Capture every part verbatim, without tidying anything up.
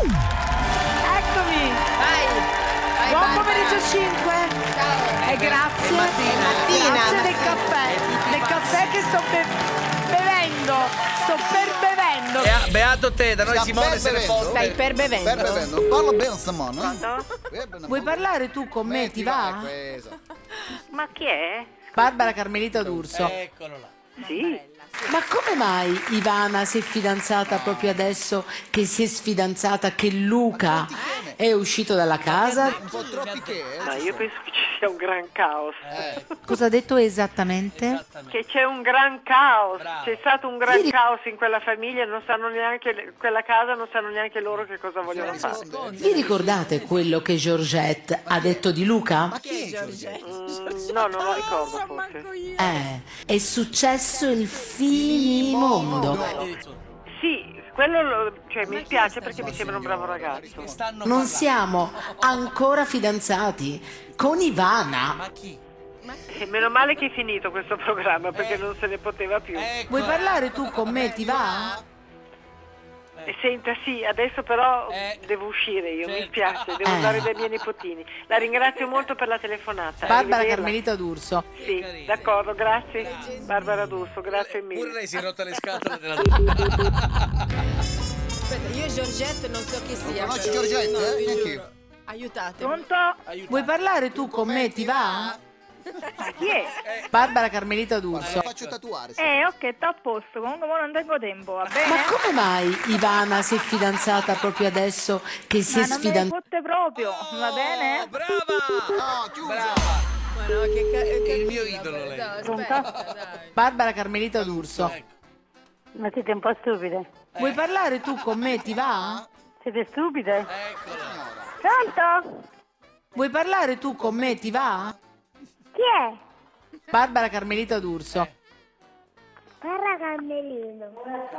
Eccomi. Vai. Vai, Buon vai, pomeriggio vai. cinque. Ciao. E grazie. Mattina. Grazie del Mattina. caffè. Del caffè che sto be- bevendo. Sto per bevendo. Bea- Beato te, da noi Sta Simone per se ne bevendo? fotte. Stai per bevendo. Per bevendo, parla bene Simone. Vuoi parlare tu con me? Ti va? Ma chi è? Barbara Carmelita D'Urso. Eccolo là. Sì. Ma come mai Ivana si è fidanzata proprio adesso che si è sfidanzata, che Luca è uscito dalla casa? Un po' troppi che? Ma io penso che ci sia un gran caos. Cosa ha detto esattamente? Che c'è un gran caos. Bravo. C'è stato un gran Ieri- caos in quella famiglia, non sanno neanche quella casa, non sanno neanche loro che cosa vogliono fare. Vi ricordate quello che Georgette ha detto di Luca? Ma chi è Giorgetto? Mm, no, non lo ricordo forse. Eh, è successo il finimondo. Sì, quello lo- cioè, mi spiace perché mi sembra un bravo ragazzo. Non siamo ancora fidanzati con Ivana. Ma chi? E meno male che è finito questo programma perché non se ne poteva più. Ecco. Vuoi parlare tu con me? Ti va? E senta, sì, adesso però Eh, devo uscire io, mi certo. spiace, devo Eh. andare dai miei nipotini. La ringrazio molto per la telefonata. Barbara Arrivederla. Carmelita D'Urso. Sì, d'accordo, grazie. Barbara D'Urso, grazie Pure mille. lei si è rotta le scatole della Aspetta, io Giorgette non so chi sia. conosci però. Giorgette, No, eh? vi Neanche giuro. io. Aiutatemi. Pronto? Vuoi parlare tu con me? Ti va? Ma chi è? Barbara Carmelita Guarda, D'Urso. lo faccio tatuare. sì. Eh, ok, sta a posto. Comunque mo non tengo tempo, va bene? Ma come mai Ivana si è fidanzata proprio adesso che si è Ma non me ne sfidanzata? fotte proprio, va bene? Oh, brava! No, chiusa. Brava! Ma no, che ca- che il mio cattiva, idolo, però. lei. No, aspetta, dai. Barbara Carmelita D'Urso. Ecco. Ma siete un po' stupide. Vuoi parlare tu con me? Ti va? Siete stupide? Eccola. Pronto? Vuoi parlare tu con me? Ti va? Chi è? Barbara Carmelita D'Urso. Parla Carmelino.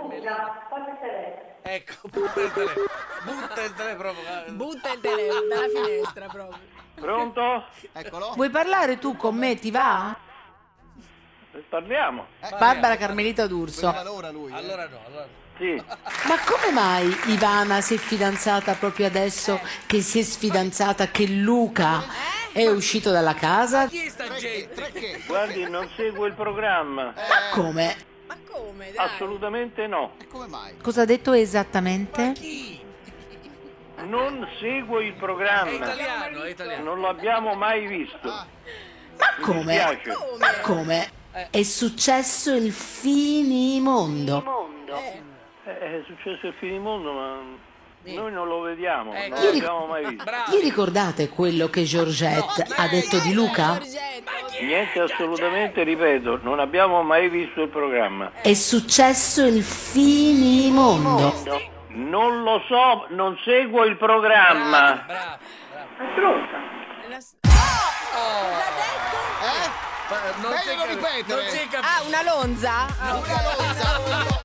Ecco, butta il telefono. Butta il telefono. Butta il telefono dalla finestra proprio. Pronto? Eccolo. Vuoi parlare tu con me? Ti va? Parliamo. Barbara Carmelita D'Urso. Vedeva l'ora lui. eh. Allora no, allora no. Sì. Ma come mai Ivana si è fidanzata proprio adesso che si è sfidanzata, che Luca è uscito dalla casa? Chi è sta Tre che? gente? Tre che? Guardi, non seguo il programma. Ma come? Ma come, dai? Assolutamente no. E come mai? Cosa ha detto esattamente? Chi? Non seguo il È programma. italiano, è italiano. Non l'abbiamo mai visto. Ah, Ma Mi come? dispiace. Come? Come? È successo il finimondo. Eh, È successo il finimondo, ma noi non lo vediamo, Ecco. non l'abbiamo mai visto. Bravo. Vi ricordate quello che Georgette ha detto di Luca? Giorgette, Niente assolutamente, ripeto, non abbiamo mai visto il programma. È successo il finimondo. Non lo so, non seguo il programma. Bravo, bravo. è una- eh? Ma non Meglio si è non cap- ripetere. Non si è capito. Ah, una lonza? Ah, Una lonza, una